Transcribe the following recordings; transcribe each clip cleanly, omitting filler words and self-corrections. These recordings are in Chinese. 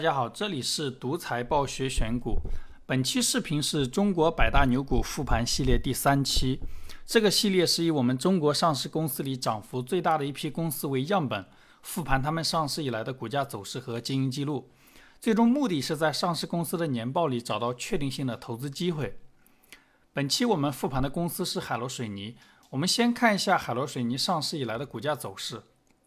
大家好，这里是独财暴学选股。本期视频是中国百大牛股复盘系列第3期。这个系列是以我们中国上市公司里涨幅最大的一批公司为样本，复盘他们上市以来的股价走势和经营记录。最终目的是在上市公司的年报里找到确定性的投资机会。本期我们复盘的公司是海螺水泥。我们先看一下海螺水泥上市以来的股价走势。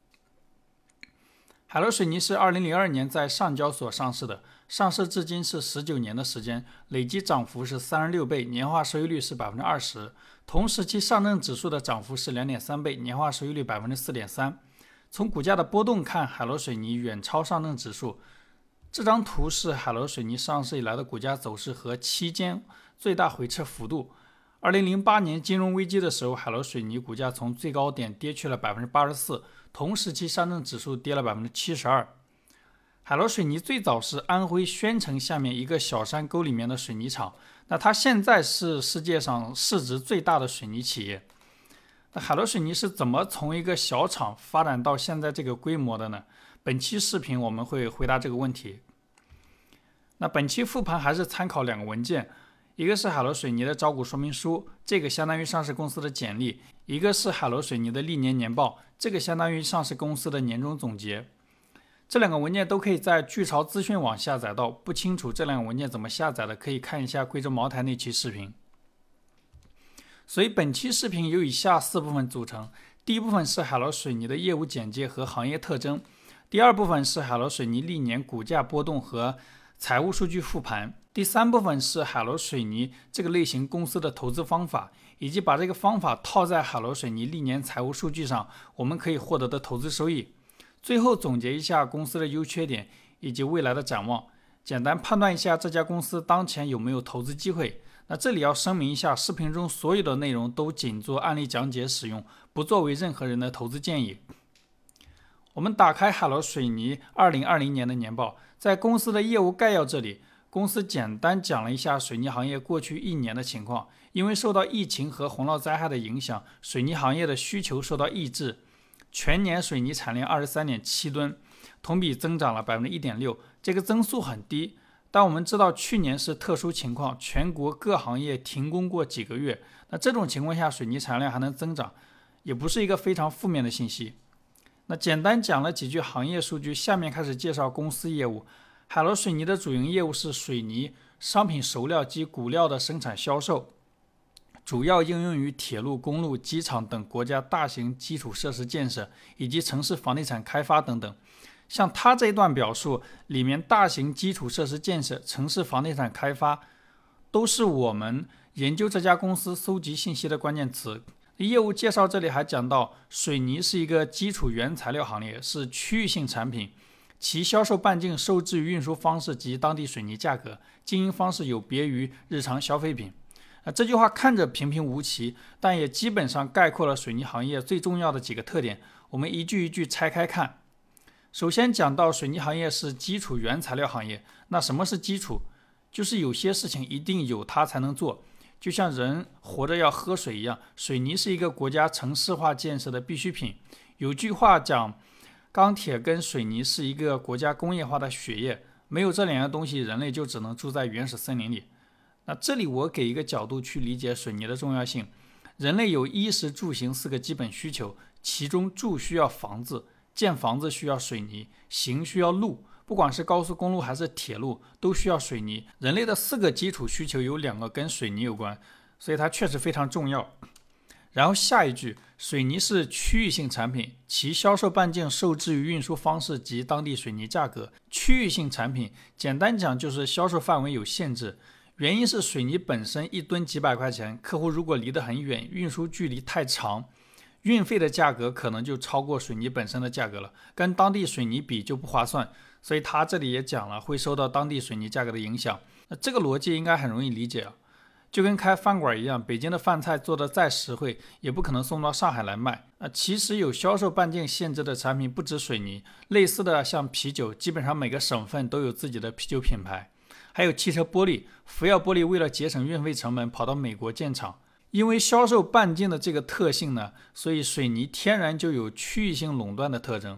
海螺水泥是2002年在上交所上市的，上市至今是19年的时间，累计涨幅是36倍，年化收益率是 20%。同时期上证指数的涨幅是 2.3 倍，年化收益率 4.3%。从股价的波动看，海螺水泥远超上证指数。这张图是海螺水泥上市以来的股价走势和期间最大回撤幅度。2008年金融危机的时候，海螺水泥股价从最高点跌去了 84%， 同时期上证指数跌了 72%。 海螺水泥最早是安徽宣城下面一个小山沟里面的水泥厂，那它现在是世界上市值最大的水泥企业。那海螺水泥是怎么从一个小厂发展到现在这个规模的呢？本期视频我们会回答这个问题。那本期复盘还是参考2个文件，一个是海螺水泥的招股说明书，这个相当于上市公司的简历；一个是海螺水泥的历年年报，这个相当于上市公司的年终总结。这2个文件都可以在巨潮资讯网下载到，不清楚这2个文件怎么下载的，可以看一下贵州茅台那期视频。所以本期视频由以下4部分组成：第一部分是海螺水泥的业务简介和行业特征；第二部分是海螺水泥历年股价波动和财务数据复盘；第3部分是海螺水泥这个类型公司的投资方法，以及把这个方法套在海螺水泥历年财务数据上，我们可以获得的投资收益。最后总结一下公司的优缺点以及未来的展望，简单判断一下这家公司当前有没有投资机会。那这里要声明一下，视频中所有的内容都仅做案例讲解使用，不作为任何人的投资建议。我们打开海螺水泥2020年的年报，在公司的业务概要这里，公司简单讲了一下水泥行业过去1年的情况。因为受到疫情和洪涝灾害的影响，水泥行业的需求受到抑制，全年水泥产量 23.7 吨，同比增长了 1.6%， 这个增速很低。但我们知道去年是特殊情况，全国各行业停工过几个月，那这种情况下水泥产量还能增长，也不是一个非常负面的信息。那简单讲了几句行业数据，下面开始介绍公司业务。海螺水泥的主营业务是水泥、商品熟料及骨料的生产销售，主要应用于铁路、公路、机场等国家大型基础设施建设以及城市房地产开发等等。像他这一段表述里面，大型基础设施建设、城市房地产开发都是我们研究这家公司搜集信息的关键词。业务介绍这里还讲到，水泥是一个基础原材料行业，是区域性产品，其销售半径受制于运输方式及当地水泥价格，经营方式有别于日常消费品。这句话看着平平无奇，但也基本上概括了水泥行业最重要的几个特点。我们一句一句拆开看。首先讲到水泥行业是基础原材料行业，那什么是基础？就是有些事情一定有它才能做，就像人活着要喝水一样，水泥是一个国家城市化建设的必需品。有句话讲，钢铁跟水泥是一个国家工业化的血液，没有这2样东西，人类就只能住在原始森林里。那这里我给一个角度去理解水泥的重要性。人类有衣食住行4个基本需求，其中住需要房子，建房子需要水泥，行需要路，不管是高速公路还是铁路都需要水泥。人类的4个基础需求有2个跟水泥有关，所以它确实非常重要。然后下一句，水泥是区域性产品，其销售半径受制于运输方式及当地水泥价格。区域性产品简单讲就是销售范围有限制，原因是水泥本身1吨几百块钱，客户如果离得很远，运输距离太长，运费的价格可能就超过水泥本身的价格了，跟当地水泥比就不划算。所以他这里也讲了会受到当地水泥价格的影响。那这个逻辑应该很容易理解啊，就跟开饭馆一样，北京的饭菜做得再实惠，也不可能送到上海来卖。其实有销售半径限制的产品不止水泥，类似的像啤酒，基本上每个省份都有自己的啤酒品牌。还有汽车玻璃，福耀玻璃为了节省运费成本跑到美国建厂。因为销售半径的这个特性呢，所以水泥天然就有区域性垄断的特征。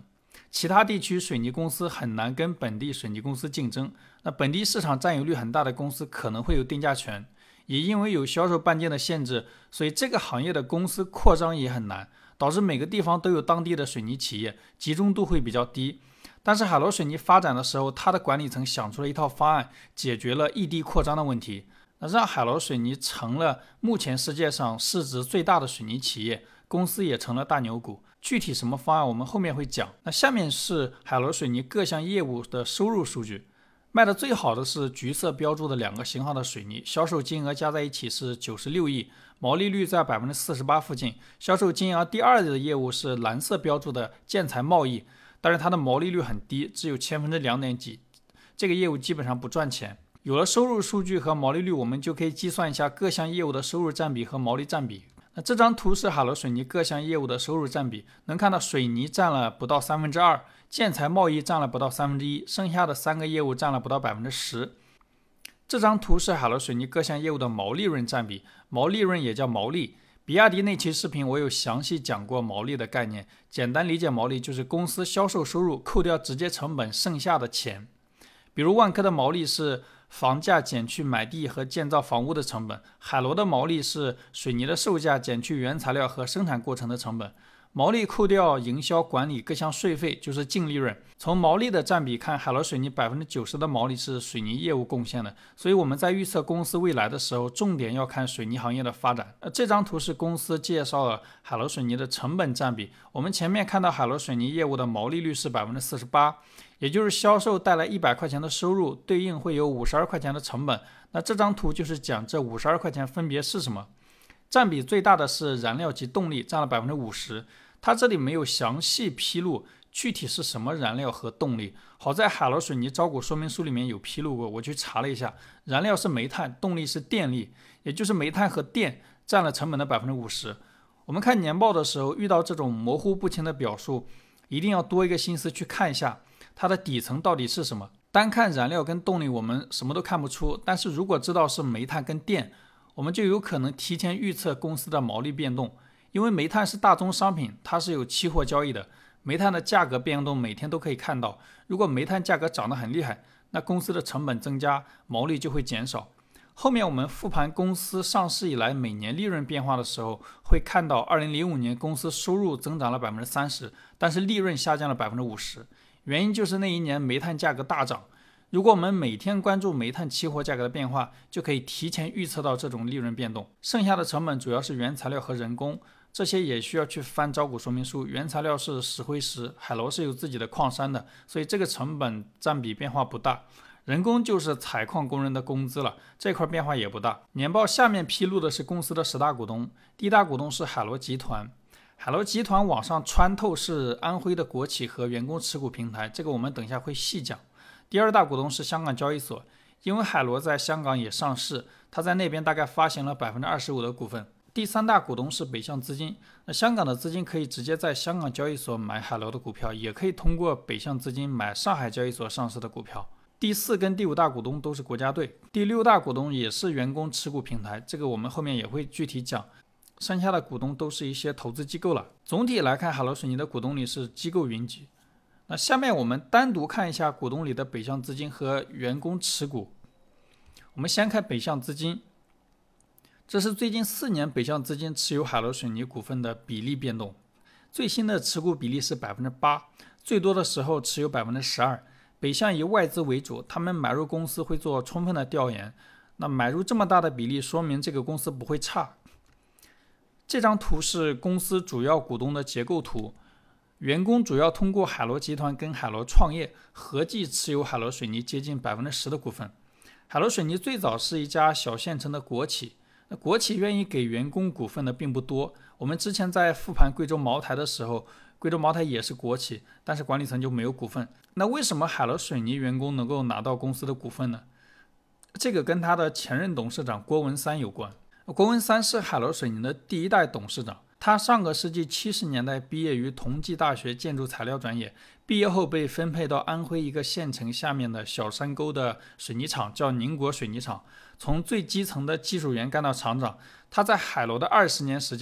其他地区水泥公司很难跟本地水泥公司竞争，那本地市场占有率很大的公司可能会有定价权，也因为有销售半径的限制，所以这个行业的公司扩张也很难，导致每个地方都有当地的水泥企业，集中度会比较低。但是海螺水泥发展的时候，它的管理层想出了一套方案，解决了异地扩张的问题，那让海螺水泥成了目前世界上市值最大的水泥企业，公司也成了大牛股。具体什么方案我们后面会讲。那下面是海螺水泥各项业务的收入数据。卖的最好的是橘色标注的2个型号的水泥，销售金额加在一起是96亿，毛利率在 48% 附近。销售金额第2的业务是蓝色标注的建材贸易，但是它的毛利率很低，只有2.点几，这个业务基本上不赚钱。有了收入数据和毛利率，我们就可以计算一下各项业务的收入占比和毛利占比。那这张图是海螺水泥各项业务的收入占比，能看到水泥占了不到2%，建材贸易占了不到1/3，剩下的3个业务占了不到10%。这张图是海螺水泥各项业务的毛利润占比，毛利润也叫毛利。比亚迪那期视频我有详细讲过毛利的概念，简单理解毛利就是公司销售收入扣掉直接成本剩下的钱。比如万科的毛利是房价减去买地和建造房屋的成本，海螺的毛利是水泥的售价减去原材料和生产过程的成本。毛利扣掉营销管理各项税费就是净利润。从毛利的占比看，海螺水泥 90% 的毛利是水泥业务贡献的，所以我们在预测公司未来的时候，重点要看水泥行业的发展。这张图是公司介绍了海螺水泥的成本占比。我们前面看到海螺水泥业务的毛利率是 48%， 也就是销售带来100块钱的收入，对应会有52块钱的成本。那这张图就是讲这52块钱分别是什么。占比最大的是燃料及动力，占了 50%。它这里没有详细披露具体是什么燃料和动力，好在海螺水泥招股说明书里面有披露过，我去查了一下，燃料是煤炭，动力是电力，也就是煤炭和电占了成本的 50%。 我们看年报的时候，遇到这种模糊不清的表述，一定要多一个心思去看一下它的底层到底是什么。单看燃料跟动力我们什么都看不出，但是如果知道是煤炭跟电，我们就有可能提前预测公司的毛利变动。因为煤炭是大宗商品，它是有期货交易的，煤炭的价格变动每天都可以看到。如果煤炭价格涨得很厉害，那公司的成本增加，毛利就会减少。后面我们复盘公司上市以来每年利润变化的时候，会看到2005年公司收入增长了 30%， 但是利润下降了 50%， 原因就是那一年煤炭价格大涨。如果我们每天关注煤炭期货价格的变化，就可以提前预测到这种利润变动。剩下的成本主要是原材料和人工，这些也需要去翻招股说明书。原材料是石灰石，海螺是有自己的矿山的，所以这个成本占比变化不大。人工就是采矿工人的工资了，这块变化也不大。年报下面披露的是公司的10大股东，第一大股东是海螺集团。海螺集团往上穿透是安徽的国企和员工持股平台，这个我们等一下会细讲。第二大股东是香港交易所，因为海螺在香港也上市，他在那边大概发行了 25% 的股份。第三大股东是北向资金，那香港的资金可以直接在香港交易所买海螺的股票，也可以通过北向资金买上海交易所上市的股票。第4跟第5大股东都是国家队，第6大股东也是员工持股平台，这个我们后面也会具体讲。剩下的股东都是一些投资机构了。总体来看，海螺水泥的股东里是机构云集。那下面我们单独看一下股东里的北向资金和员工持股。我们先看北向资金，这是最近4年北向资金持有海螺水泥股份的比例变动。最新的持股比例是 8%， 最多的时候持有 12%。北向以外资为主，他们买入公司会做充分的调研，那买入这么大的比例，说明这个公司不会差。这张图是公司主要股东的结构图，员工主要通过海螺集团跟海螺创业合计持有海螺水泥接近 10% 的股份。海螺水泥最早是一家小县城的国企，那国企愿意给员工股份的并不多。我们之前在复盘贵州茅台的时候，贵州茅台也是国企，但是管理层就没有股份。那为什么海螺水泥员工能够拿到公司的股份呢？这个跟他的前任董事长郭文三有关。郭文三是海螺水泥的第1代董事长，他上个世纪70年代毕业于同济大学建筑材料专业，毕业后被分配到安徽一个县城下面的小山沟的水泥厂，叫宁国水泥厂，从最基层的技术员干到厂长。他在海螺的20年时间，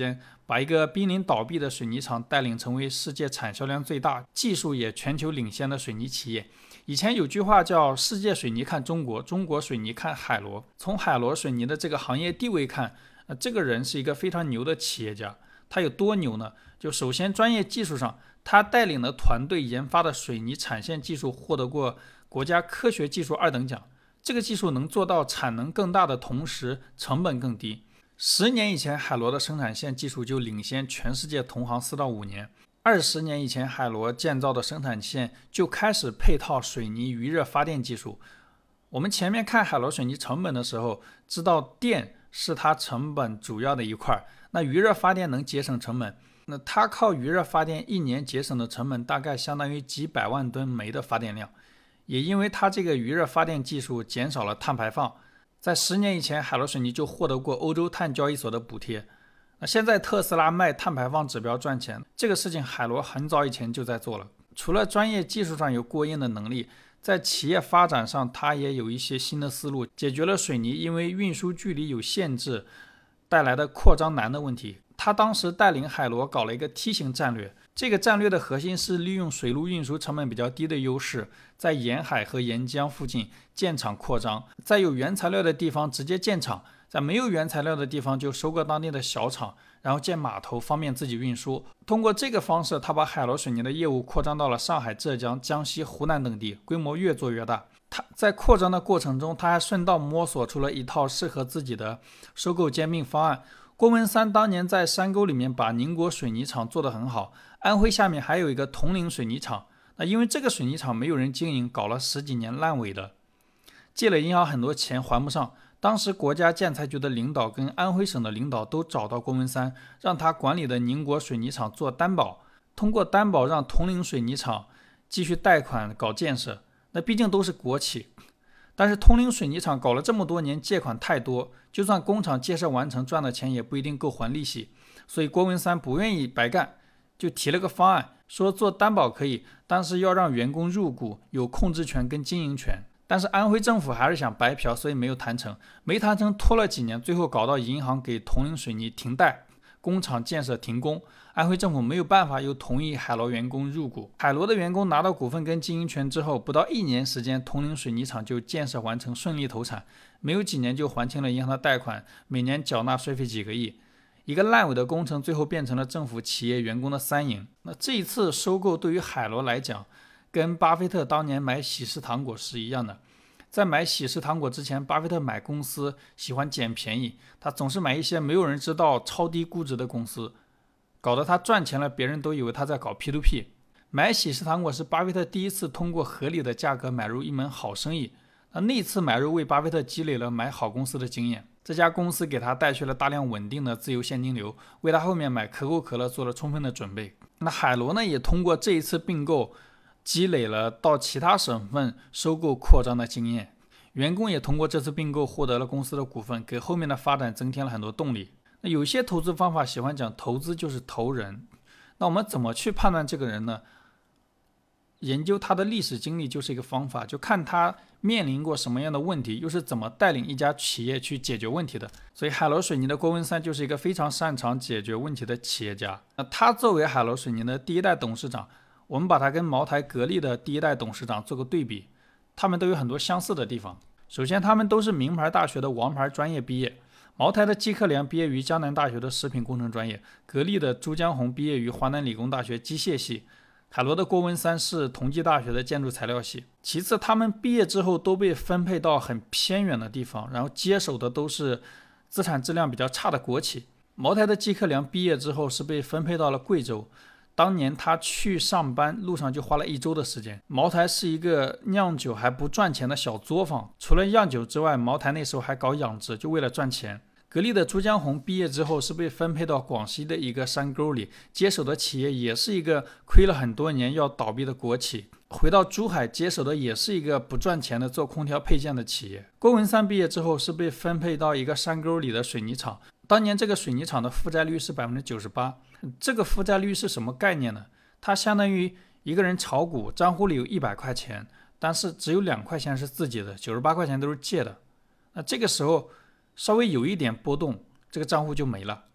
把一个濒临倒闭的水泥厂带领成为世界产销量最大、技术也全球领先的水泥企业。以前有句话叫世界水泥看中国，中国水泥看海螺。从海螺水泥的这个行业地位看，这个人是一个非常牛的企业家。他有多牛呢？就首先专业技术上，他带领的团队研发的水泥产线技术获得过国家科学技术2等奖。这个技术能做到产能更大的同时成本更低。10年以前，海螺的生产线技术就领先全世界同行4到5年。20年以前，海螺建造的生产线就开始配套水泥余热发电技术。我们前面看海螺水泥成本的时候，知道电是它成本主要的一块，那余热发电能节省成本。那它靠余热发电1年节省的成本大概相当于几百万吨煤的发电量。也因为它这个余热发电技术减少了碳排放，在10年以前，海螺水泥就获得过欧洲碳交易所的补贴。那现在特斯拉卖碳排放指标赚钱，这个事情海螺很早以前就在做了。除了专业技术上有过硬的能力，在企业发展上它也有一些新的思路，解决了水泥因为运输距离有限制带来的扩张难的问题。他当时带领海螺搞了一个梯形战略，这个战略的核心是利用水路运输成本比较低的优势，在沿海和沿江附近建厂扩张，在有原材料的地方直接建厂，在没有原材料的地方就收购当地的小厂，然后建码头方便自己运输。通过这个方式，他把海螺水泥的业务扩张到了上海、浙江、江西、湖南等地，规模越做越大。他在扩张的过程中，他还顺道摸索出了一套适合自己的收购兼并方案。郭文三当年在山沟里面把宁国水泥厂做得很好，安徽下面还有一个铜陵水泥厂，那因为这个水泥厂没有人经营，搞了10几年烂尾的，借了银行很多钱还不上。当时国家建材局的领导跟安徽省的领导都找到郭文三，让他管理的宁国水泥厂做担保，通过担保让铜陵水泥厂继续贷款搞建设。那毕竟都是国企，但是铜陵水泥厂搞了这么多年，借款太多，就算工厂建设完成，赚的钱也不一定够还利息，所以郭文三不愿意白干，就提了个方案，说做担保可以，但是要让员工入股，有控制权跟经营权。但是安徽政府还是想白嫖，所以没有谈成，拖了几年，最后搞到银行给铜陵水泥停贷，工厂建设停工，安徽政府没有办法，又同意海螺员工入股。海螺的员工拿到股份跟经营权之后，不到1年时间，铜陵水泥厂就建设完成，顺利投产，没有几年就还清了银行的贷款，每年缴纳税费几个亿。一个烂尾的工程，最后变成了政府、企业、员工的3赢。那这一次收购对于海螺来讲，跟巴菲特当年买喜事糖果是一样的。在买喜事糖果之前，巴菲特买公司喜欢捡便宜，他总是买一些没有人知道、超低估值的公司，搞得他赚钱了，别人都以为他在搞 P2P。 买喜事糖果是巴菲特第一次通过合理的价格买入一门好生意，那次买入为巴菲特积累了买好公司的经验，这家公司给他带去了大量稳定的自由现金流，为他后面买可口可乐做了充分的准备。那海螺呢，也通过这一次并购积累了到其他省份收购扩张的经验，员工也通过这次并购获得了公司的股份，给后面的发展增添了很多动力。那有些投资方法喜欢讲投资就是投人，那我们怎么去判断这个人呢？研究他的历史经历就是一个方法，就看他面临过什么样的问题，又是怎么带领一家企业去解决问题的。所以海螺水泥的郭文三就是一个非常擅长解决问题的企业家。那他作为海螺水泥的第1代董事长，我们把他跟茅台、格力的第1代董事长做个对比，他们都有很多相似的地方。首先，他们都是名牌大学的王牌专业毕业。茅台的季克良毕业于江南大学的食品工程专业，格力的朱江红毕业于华南理工大学机械系，海螺的郭文三是同济大学的建筑材料系。其次，他们毕业之后都被分配到很偏远的地方，然后接手的都是资产质量比较差的国企。茅台的季克良毕业之后是被分配到了贵州，当年他去上班路上就花了1周的时间。茅台是一个酿酒还不赚钱的小作坊，除了酿酒之外，茅台那时候还搞养殖，就为了赚钱。格力的朱江红毕业之后是被分配到广西的一个山沟里，接手的企业也是一个亏了很多年要倒闭的国企。回到珠海接手的也是一个不赚钱的做空调配件的企业。郭文三毕业之后是被分配到一个山沟里的水泥厂，当年这个水泥厂的负债率是 98%。 这个负债率是什么概念呢？它相当于一个人炒股，账户里有100块钱，但是只有2块钱是自己的，98块钱都是借的。那这个时候稍微有一点波动，这个账户就没了。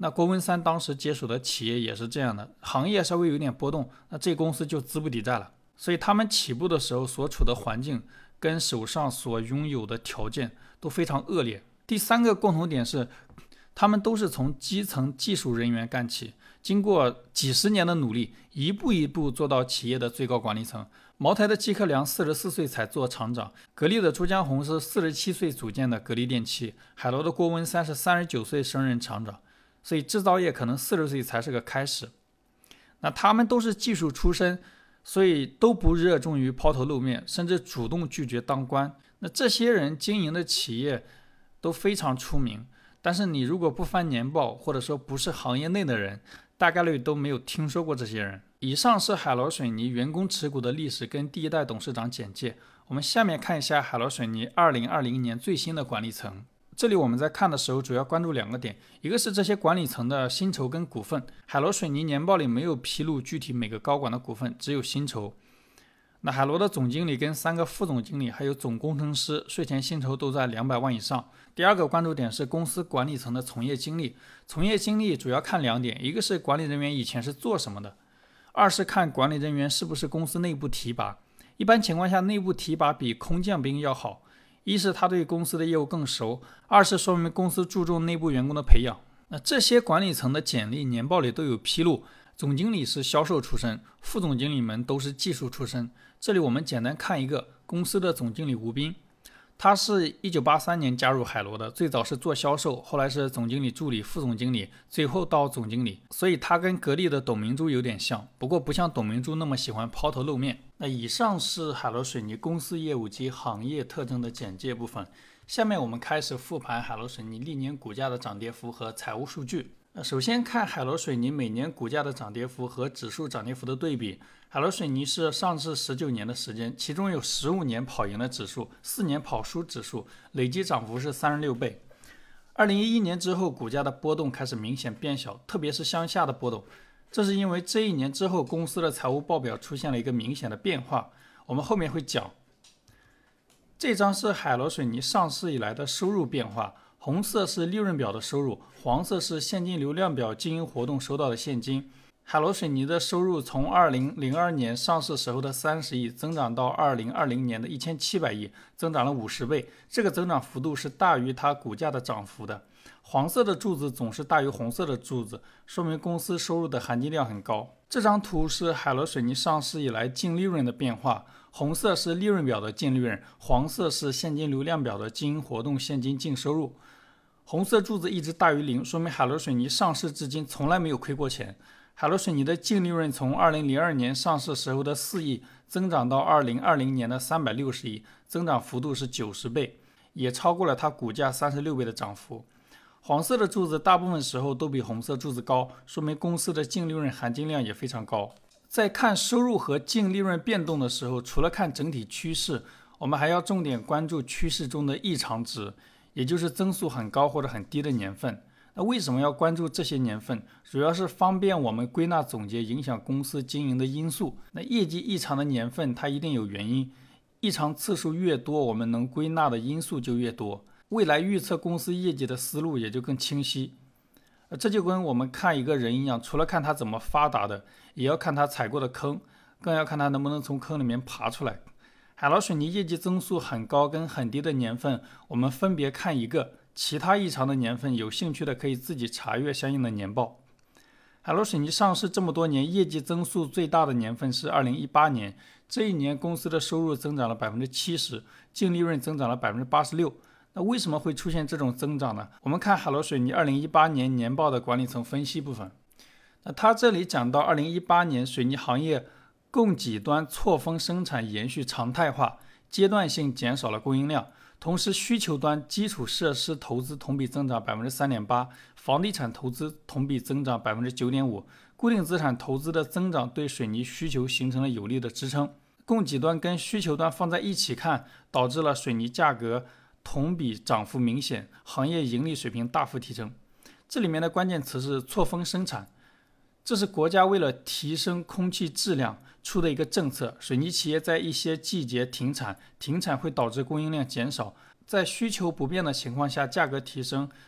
那郭文三当时接手的企业也是这样的，行业稍微有点波动，那这公司就资不抵债了。所以他们起步的时候所处的环境跟手上所拥有的条件都非常恶劣。第三个共同点是，他们都是从基层技术人员干起，经过几十年的努力，一步一步做到企业的最高管理层。茅台的季克良44岁才做厂长，格力的朱江洪是47岁组建的格力电器，海螺的郭文三是39岁升任厂长。所以制造业可能40岁才是个开始。那他们都是技术出身，所以都不热衷于抛头露面，甚至主动拒绝当官。那这些人经营的企业都非常出名，但是你如果不翻年报，或者说不是行业内的人，大概率都没有听说过这些人。以上是海螺水泥员工持股的历史跟第一代董事长简介。我们下面看一下海螺水泥2020年最新的管理层。这里我们在看的时候主要关注两个点，一个是这些管理层的薪酬跟股份。海螺水泥年报里没有披露具体每个高管的股份，只有薪酬。那海螺的总经理跟3个副总经理还有总工程师税前薪酬都在200万以上。第二个关注点是公司管理层的从业经历。从业经历主要看2点，一个是管理人员以前是做什么的，二是看管理人员是不是公司内部提拔。一般情况下内部提拔比空降兵要好，一是他对公司的业务更熟，二是说明公司注重内部员工的培养。那这些管理层的简历年报里都有披露，总经理是销售出身，副总经理们都是技术出身。这里我们简单看一个公司的总经理吴斌，他是1983年加入海螺的，最早是做销售，后来是总经理助理、副总经理，最后到总经理。所以他跟格力的董明珠有点像，不过不像董明珠那么喜欢抛头露面。那以上是海螺水泥公司业务及行业特征的简介部分，下面我们开始复盘海螺水泥历年股价的涨跌幅和财务数据。首先看海螺水泥每年股价的涨跌幅和指数涨跌幅的对比。海螺水泥是上市19年的时间，其中有15年跑赢了指数，4年跑输指数，累计涨幅是36倍。2011年之后，股价的波动开始明显变小，特别是向下的波动。这是因为这一年之后，公司的财务报表出现了一个明显的变化，我们后面会讲。这张是海螺水泥上市以来的收入变化，红色是利润表的收入，黄色是现金流量表经营活动收到的现金。海螺水泥的收入从2002年上市时候的30亿增长到2020年的1700亿，增长了50倍，这个增长幅度是大于它股价的涨幅的。黄色的柱子总是大于红色的柱子，说明公司收入的含金量很高。这张图是海螺水泥上市以来净利润的变化，红色是利润表的净利润，黄色是现金流量表的经营活动现金净收入。红色柱子一直大于0，说明海螺水泥上市至今从来没有亏过钱。海螺水泥的净利润从2002年上市时候的4亿增长到2020年的360亿，增长幅度是90倍，也超过了它股价36倍的涨幅。黄色的柱子大部分时候都比红色柱子高，说明公司的净利润含金量也非常高。在看收入和净利润变动的时候，除了看整体趋势，我们还要重点关注趋势中的异常值，也就是增速很高或者很低的年份。那为什么要关注这些年份？主要是方便我们归纳总结影响公司经营的因素。那业绩异常的年份它一定有原因，异常次数越多，我们能归纳的因素就越多，未来预测公司业绩的思路也就更清晰。这就跟我们看一个人一样，除了看他怎么发达的，也要看他踩过的坑，更要看他能不能从坑里面爬出来。海螺水泥业绩增速很高跟很低的年份，我们分别看一个，其他异常的年份有兴趣的可以自己查阅相应的年报。海螺水泥上市这么多年，业绩增速最大的年份是2018年，这一年公司的收入增长了70%，净利润增长了86%。那为什么会出现这种增长呢？我们看海螺水泥2018年年报的管理层分析部分。那他这里讲到2018年水泥行业供给端错峰生产延续常态化，阶段性减少了供应量，同时需求端基础设施投资同比增长 3.8%， 房地产投资同比增长 9.5%， 固定资产投资的增长对水泥需求形成了有力的支撑。供给端跟需求端放在一起看，导致了水泥价格同比涨幅明显，行业盈利水平大幅提升。这里面的关键词是错峰生产，这是国家为了提升空气质量出的一个政策。水泥企业在一些季节停产会导致供应量减少，在需求不变的情况下，价格提升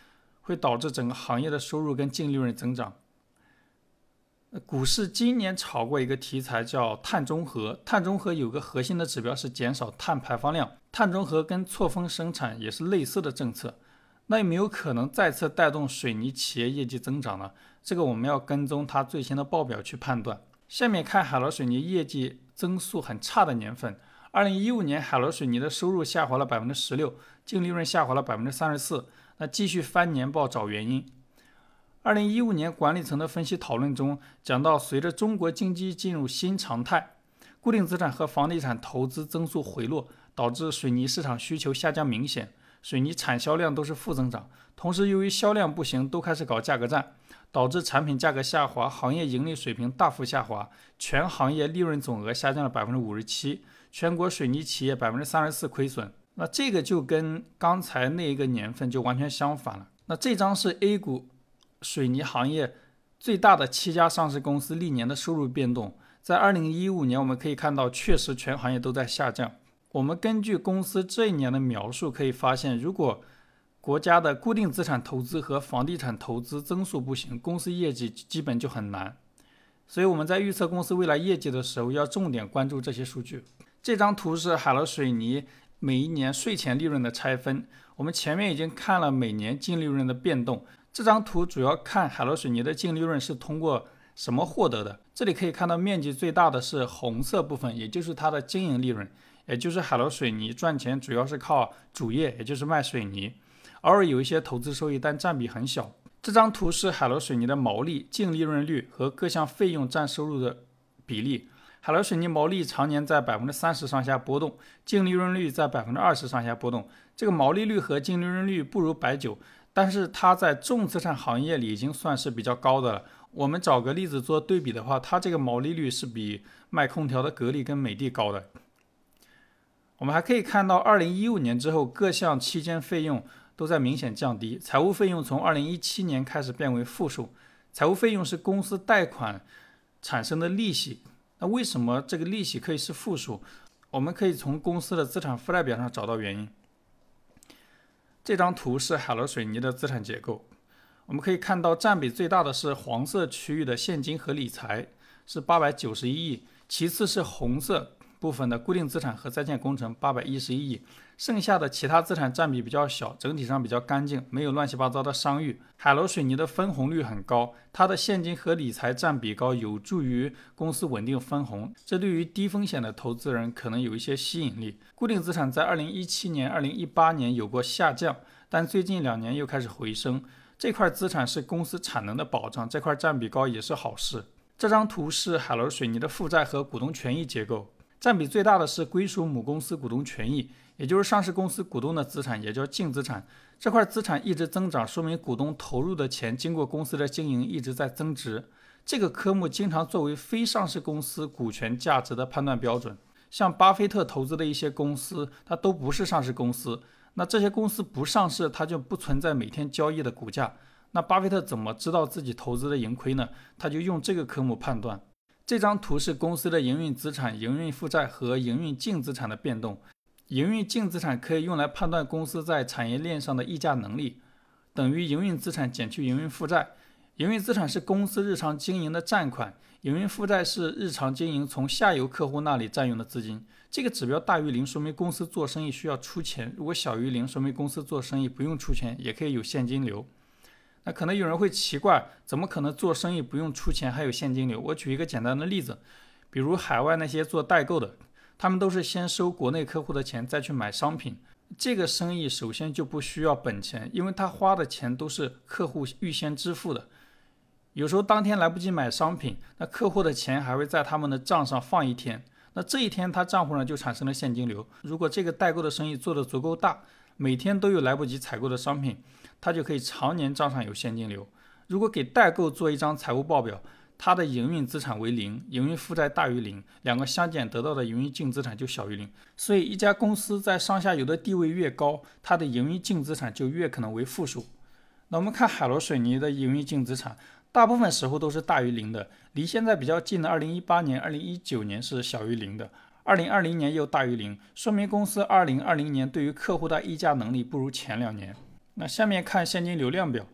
会导致整个行业的收入跟净利润增长。股市今年炒过一个题材叫碳中和，碳中和有个核心的指标是减少碳排放量，碳中和跟错峰生产也是类似的政策。那有没有可能再次带动水泥企业业绩增长呢？这个我们要跟踪它最新的报表去判断。下面看海螺水泥业绩增速很差的年份。2015年海螺水泥的收入下滑了 16%， 净利润下滑了 34%。 那继续翻年报找原因。2015年管理层的分析讨论中讲到，随着中国经济进入新常态，固定资产和房地产投资增速回落，导致水泥市场需求下降明显，水泥产销量都是负增长。同时由于销量不行，都开始搞价格战，导致产品价格下滑，行业盈利水平大幅下滑，全行业利润总额下降了 57%， 全国水泥企业 34% 亏损。那这个就跟刚才那一个年份就完全相反了。那这张是 A 股水泥行业最大的7家上市公司历年的收入变动。在2015年我们可以看到，确实全行业都在下降。我们根据公司这一年的描述可以发现，如果国家的固定资产投资和房地产投资增速不行，公司业绩基本就很难。所以我们在预测公司未来业绩的时候，要重点关注这些数据。这张图是海螺水泥每一年税前利润的拆分，我们前面已经看了每年净利润的变动。这张图主要看海螺水泥的净利润是通过什么获得的。这里可以看到面积最大的是红色部分，也就是它的经营利润，也就是海螺水泥赚钱主要是靠主业，也就是卖水泥，偶尔有一些投资收益，但占比很小。这张图是海螺水泥的毛利、净利润率和各项费用占收入的比例。海螺水泥毛利常年在 30% 上下波动，净利润率在 20% 上下波动。这个毛利率和净利润率不如白酒，但是它在重资产行业里已经算是比较高的了。我们找个例子做对比的话，它这个毛利率是比卖空调的格力跟美的高的。我们还可以看到2015年之后，各项期间费用都在明显降低，财务费用从2017年开始变为负数。财务费用是公司贷款产生的利息，那为什么这个利息可以是负数？我们可以从公司的资产负债表上找到原因。这张图是海螺水泥的资产结构，我们可以看到占比最大的是黄色区域的现金和理财，是891亿，其次是红色部分的固定资产和在建工程811亿，剩下的其他资产占比比较小，整体上比较干净，没有乱七八糟的商誉。海螺水泥的分红率很高，它的现金和理财占比高，有助于公司稳定分红，这对于低风险的投资人可能有一些吸引力。固定资产在2017年、2018年有过下降，但最近2年又开始回升。这块资产是公司产能的保障，这块占比高也是好事。这张图是海螺水泥的负债和股东权益结构，占比最大的是归属母公司股东权益，也就是上市公司股东的资产，也叫净资产。这块资产一直增长，说明股东投入的钱经过公司的经营一直在增值。这个科目经常作为非上市公司股权价值的判断标准。像巴菲特投资的一些公司，它都不是上市公司，那这些公司不上市，它就不存在每天交易的股价。那巴菲特怎么知道自己投资的盈亏呢？他就用这个科目判断。这张图是公司的营运资产、营运负债和营运净资产的变动。营运净资产可以用来判断公司在产业链上的议价能力，等于营运资产减去营运负债。营运资产是公司日常经营的占款，营运负债是日常经营从下游客户那里占用的资金。这个指标大于0，说明公司做生意需要出钱；如果小于0，说明公司做生意不用出钱，也可以有现金流。那可能有人会奇怪，怎么可能做生意不用出钱还有现金流？我举一个简单的例子，比如海外那些做代购的，他们都是先收国内客户的钱再去买商品，这个生意首先就不需要本钱，因为他花的钱都是客户预先支付的。有时候当天来不及买商品，那客户的钱还会在他们的账上放1天，那这一天他账户上就产生了现金流。如果这个代购的生意做得足够大，每天都有来不及采购的商品，他就可以常年账上有现金流。如果给代购做一张财务报表，它的营运资产为0，营运负债大于0，两个相减得到的营运净资产就小于0。所以一家公司在上下游的地位越高，它的营运净资产就越可能为负数。那我们看海螺水泥的营运净资产，大部分时候都是大于0的，离现在比较近的2018年、2019年是小于0的，2020年又大于0，说明公司2020年对于客户的议价能力不如前2年。那下面看现金流量表，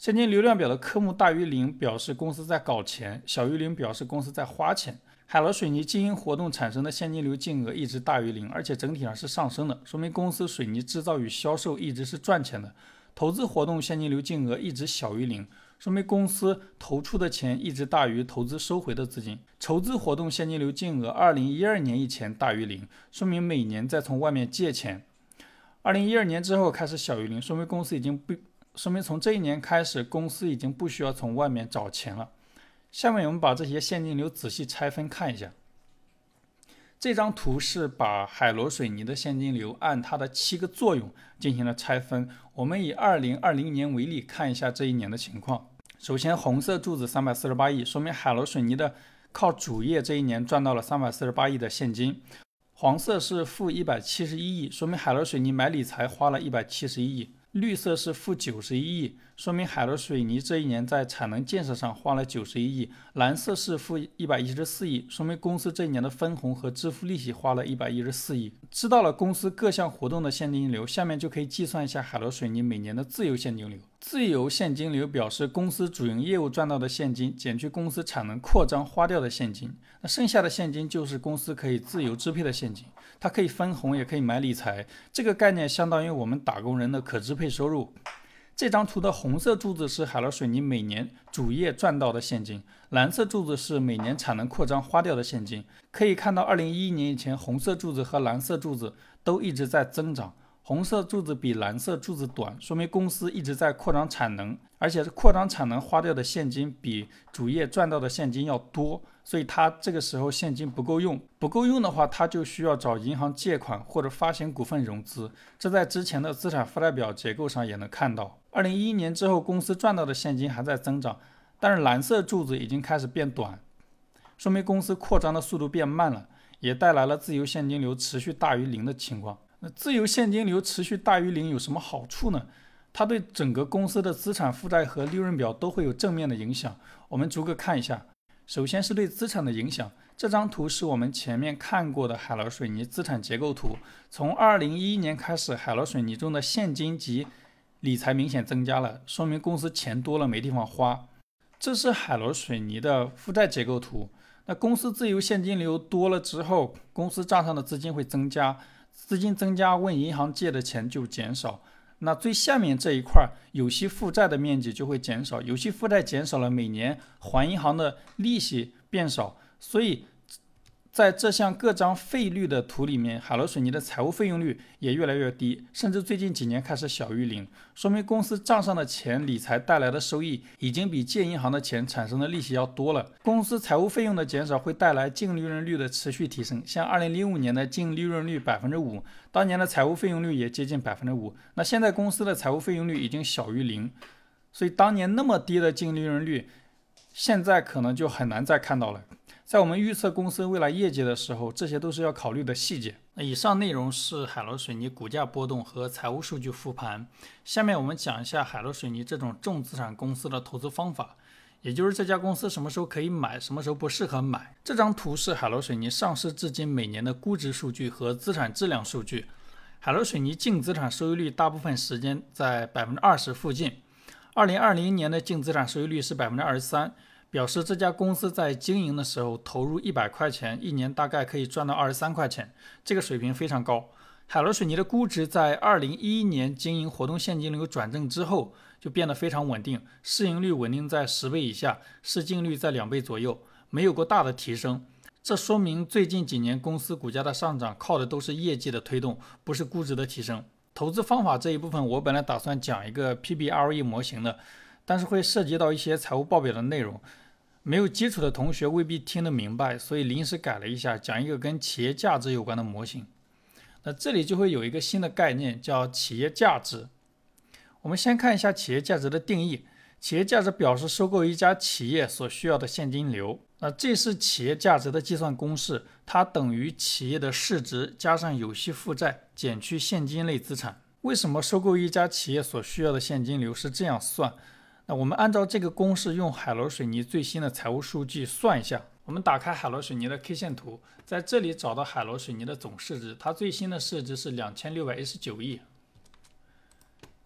现金流量表的科目大于0表示公司在搞钱，小于0表示公司在花钱。海螺水泥经营活动产生的现金流净额一直大于0，而且整体上是上升的，说明公司水泥制造与销售一直是赚钱的。投资活动现金流净额一直小于0，说明公司投出的钱一直大于投资收回的资金。筹资活动现金流净额2012年以前大于0，说明每年在从外面借钱。2012年之后开始小于0，说明公司说明从这一年开始，公司已经不需要从外面找钱了。下面我们把这些现金流仔细拆分看一下。这张图是把海螺水泥的现金流按它的7个作用进行了拆分。我们以2020年为例，看一下这一年的情况。首先，红色柱子348亿，说明海螺水泥的靠主业这一年赚到了348亿的现金。黄色是负171亿，说明海螺水泥买理财花了171亿。绿色是负91亿，说明海螺水泥这一年在产能建设上花了91亿。蓝色是负114亿，说明公司这一年的分红和支付利息花了114亿。知道了公司各项活动的现金流，下面就可以计算一下海螺水泥每年的自由现金流。自由现金流表示公司主营业务赚到的现金减去公司产能扩张花掉的现金，那剩下的现金就是公司可以自由支配的现金，它可以分红也可以买理财，这个概念相当于我们打工人的可支配收入。这张图的红色柱子是海螺水泥每年主业赚到的现金，蓝色柱子是每年产能扩张花掉的现金。可以看到2011年以前，红色柱子和蓝色柱子都一直在增长，红色柱子比蓝色柱子短，说明公司一直在扩张产能，而且扩张产能花掉的现金比主业赚到的现金要多，所以它这个时候现金不够用的话，它就需要找银行借款或者发行股份融资，这在之前的资产负债表结构上也能看到。2011年之后，公司赚到的现金还在增长，但是蓝色柱子已经开始变短，说明公司扩张的速度变慢了，也带来了自由现金流持续大于0的情况。那自由现金流持续大于0有什么好处呢？它对整个公司的资产负债和利润表都会有正面的影响。我们逐个看一下。首先是对资产的影响，这张图是我们前面看过的海螺水泥资产结构图。从2011年开始，海螺水泥中的现金及理财明显增加了，说明公司钱多了没地方花。这是海螺水泥的负债结构图。那公司自由现金流多了之后，公司账上的资金会增加，资金增加，问银行借的钱就减少。那最下面这一块有息负债的面积就会减少，有息负债减少了，每年还银行的利息变少，所以在这项各张费率的图里面，海螺水泥的财务费用率也越来越低，甚至最近几年开始小于0，说明公司账上的钱理财带来的收益已经比借银行的钱产生的利息要多了。公司财务费用的减少会带来净利润率的持续提升，像2005年的净利润率 5%， 当年的财务费用率也接近 5%， 那现在公司的财务费用率已经小于0，所以当年那么低的净利润率现在可能就很难再看到了。在我们预测公司未来业绩的时候，这些都是要考虑的细节。那以上内容是海螺水泥股价波动和财务数据复盘。下面我们讲一下海螺水泥这种重资产公司的投资方法，也就是这家公司什么时候可以买，什么时候不适合买。这张图是海螺水泥上市至今每年的估值数据和资产质量数据。海螺水泥净资产收益率大部分时间在 20% 附近。2020年的净资产收益率是 23%。表示这家公司在经营的时候投入100块钱，一年大概可以赚到23块钱，这个水平非常高。海螺水泥的估值在2011年经营活动现金流转正之后就变得非常稳定，市盈率稳定在10倍以下，市净率在2倍左右，没有过大的提升。这说明最近几年公司股价的上涨靠的都是业绩的推动，不是估值的提升。投资方法这一部分我本来打算讲一个 PBROE 模型的，但是会涉及到一些财务报表的内容，没有基础的同学未必听得明白，所以临时改了一下，讲一个跟企业价值有关的模型。那这里就会有一个新的概念叫企业价值。我们先看一下企业价值的定义。企业价值表示收购一家企业所需要的现金流。那这是企业价值的计算公式，它等于企业的市值加上有息负债减去现金类资产。为什么收购一家企业所需要的现金流是这样算？那我们按照这个公式用海螺水泥最新的财务数据算一下。我们打开海螺水泥的 K 线图，在这里找到海螺水泥的总市值，它最新的市值是2619亿。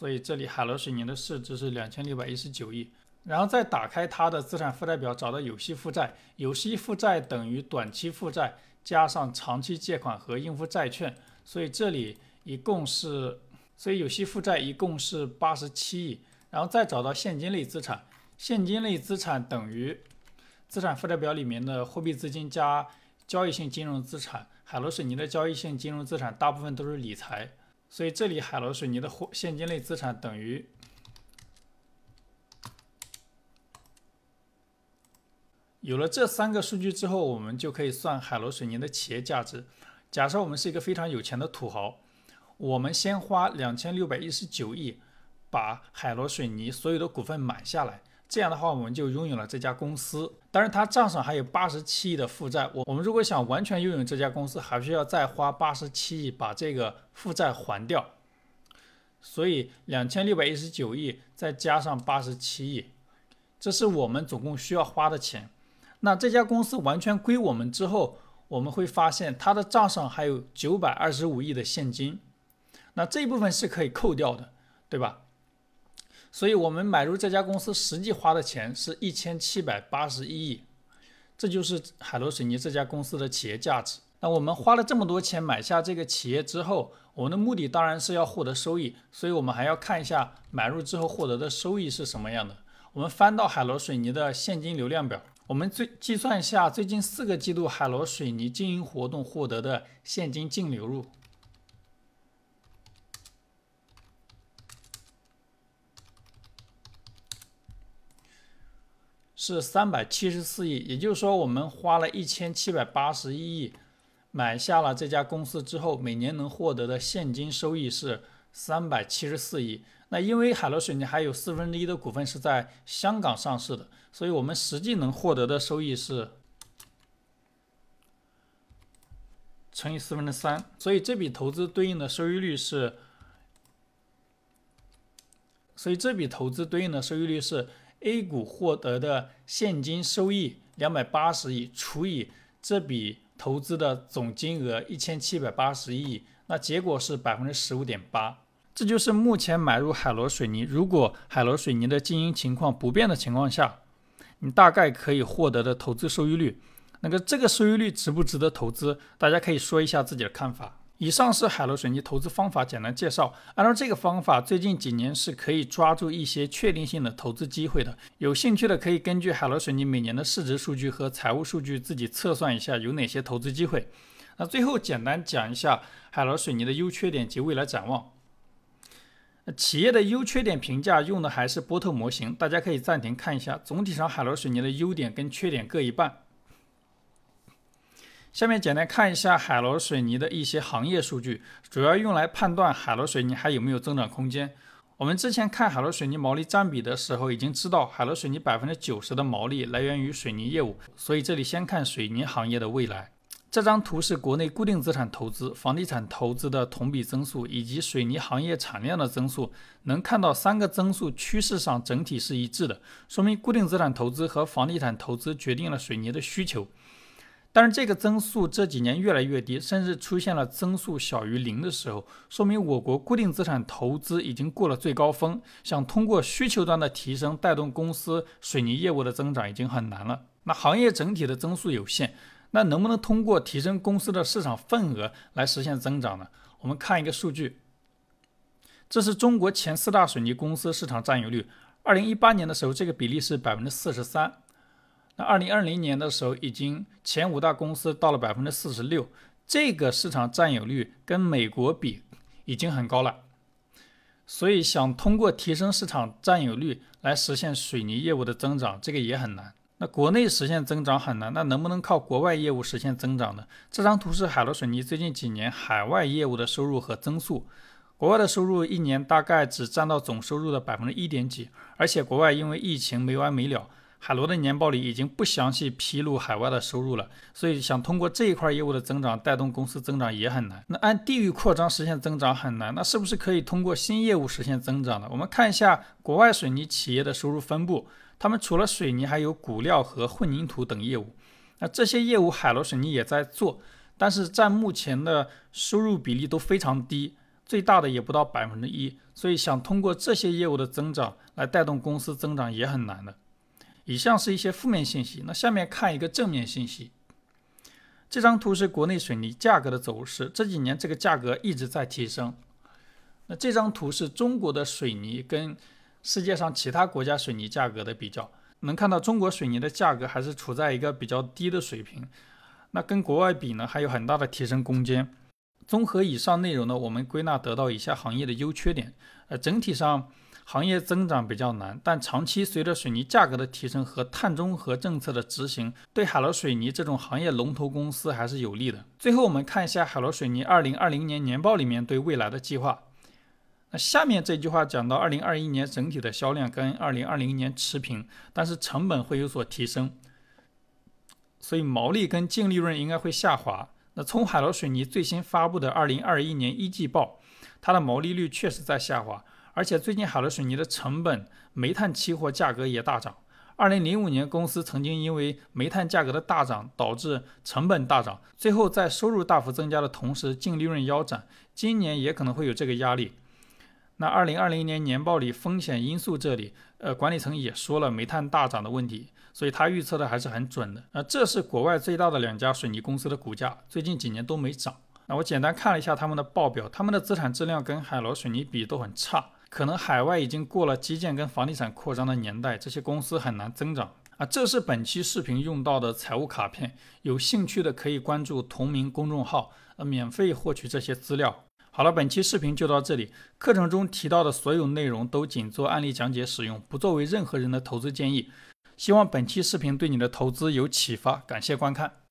所以这里海螺水泥的市值是2619亿。然后再打开它的资产负债表，找到有息负债，有息负债等于短期负债加上长期借款和应付债券，所以这里所以有息负债一共是87亿。然后再找到现金类资产，现金类资产等于资产负债表里面的货币资金加交易性金融资产。海螺水泥的交易性金融资产大部分都是理财，所以这里海螺水泥的现金类资产等于有了这3个数据之后，我们就可以算海螺水泥的企业价值。假设我们是一个非常有钱的土豪，我们先花2619亿把海螺水泥所有的股份买下来，这样的话我们就拥有了这家公司。当然它账上还有87亿的负债，我们如果想完全拥有这家公司，还需要再花87亿把这个负债还掉。所以2619亿再加上87亿，这是我们总共需要花的钱。那这家公司完全归我们之后，我们会发现它的账上还有925亿的现金，那这一部分是可以扣掉的，对吧？所以我们买入这家公司实际花的钱是1781亿，这就是海螺水泥这家公司的企业价值。那我们花了这么多钱买下这个企业之后，我们的目的当然是要获得收益，所以我们还要看一下买入之后获得的收益是什么样的。我们翻到海螺水泥的现金流量表，我们计算一下最近4个季度海螺水泥经营活动获得的现金净流入。是374亿，也就是说我们花了1781亿买下了这家公司之后，每年能获得的现金收益是374亿。那因为海螺水泥还有1/4的股份是在香港上市的，所以我们实际能获得的收益是乘以3/4，所以这笔投资对应的收益率是A 股获得的现金收益280亿除以这笔投资的总金额1781亿，那结果是15.8%。这就是目前买入海螺水泥，如果海螺水泥的经营情况不变的情况下，你大概可以获得的投资收益率。这个收益率值不值得投资？大家可以说一下自己的看法。以上是海螺水泥投资方法简单介绍。按照这个方法，最近几年是可以抓住一些确定性的投资机会的。有兴趣的可以根据海螺水泥每年的市值数据和财务数据自己测算一下有哪些投资机会。那最后简单讲一下海螺水泥的优缺点及未来展望。企业的优缺点评价用的还是波特模型，大家可以暂停看一下。总体上海螺水泥的优点跟缺点各一半。下面简单看一下海螺水泥的一些行业数据，主要用来判断海螺水泥还有没有增长空间。我们之前看海螺水泥毛利占比的时候，已经知道海螺水泥90%的毛利来源于水泥业务，所以这里先看水泥行业的未来。这张图是国内固定资产投资、房地产投资的同比增速以及水泥行业产量的增速，能看到3个增速趋势上整体是一致的，说明固定资产投资和房地产投资决定了水泥的需求。但是这个增速这几年越来越低，甚至出现了增速小于0的时候，说明我国固定资产投资已经过了最高峰，想通过需求端的提升带动公司水泥业务的增长已经很难了。那行业整体的增速有限，那能不能通过提升公司的市场份额来实现增长呢？我们看一个数据，这是中国前4大水泥公司市场占有率。2018年的时候，这个比例是43%。那2020年的时候，已经前5大公司到了46%，这个市场占有率跟美国比已经很高了。所以想通过提升市场占有率来实现水泥业务的增长，这个也很难。那国内实现增长很难，那能不能靠国外业务实现增长呢？这张图是海螺水泥最近几年海外业务的收入和增速。国外的收入一年大概只占到总收入的1点几，而且国外因为疫情没完没了，海螺的年报里已经不详细披露海外的收入了，所以想通过这一块业务的增长带动公司增长也很难。那按地域扩张实现增长很难，那是不是可以通过新业务实现增长呢？我们看一下国外水泥企业的收入分布，他们除了水泥还有钴料和混凝土等业务。那这些业务海螺水泥也在做，但是占目前的收入比例都非常低。 最大的也不到1%，所以想通过这些业务的增长来带动公司增长也很难的。以上是一些负面信息，那下面看一个正面信息。这张图是国内水泥价格的走势，这几年这个价格一直在提升。那这张图是中国的水泥跟世界上其他国家水泥价格的比较，能看到中国水泥的价格还是处在一个比较低的水平，那跟国外比呢，还有很大的提升空间。综合以上内容呢，我们归纳得到以下行业的优缺点。整体上行业增长比较难，但长期随着水泥价格的提升和碳中和政策的执行，对海螺水泥这种行业龙头公司还是有利的。最后我们看一下海螺水泥2020年年报里面对未来的计划。那下面这句话讲到2021年整体的销量跟2020年持平，但是成本会有所提升，所以毛利跟净利润应该会下滑。那从海螺水泥最新发布的2021年一季报，它的毛利率确实在下滑，而且最近海螺水泥的成本、煤炭期货价格也大涨。2005年公司曾经因为煤炭价格的大涨导致成本大涨，最后在收入大幅增加的同时净利润腰斩，今年也可能会有这个压力。那2020年年报里风险因素这里，管理层也说了煤炭大涨的问题，所以他预测的还是很准的。这是国外最大的2家水泥公司的股价，最近几年都没涨。那我简单看了一下他们的报表，他们的资产质量跟海螺水泥比都很差，可能海外已经过了基建跟房地产扩张的年代，这些公司很难增长。这是本期视频用到的财务卡片，有兴趣的可以关注同名公众号，免费获取这些资料。好了，本期视频就到这里。课程中提到的所有内容都仅做案例讲解使用，不作为任何人的投资建议。希望本期视频对你的投资有启发，感谢观看。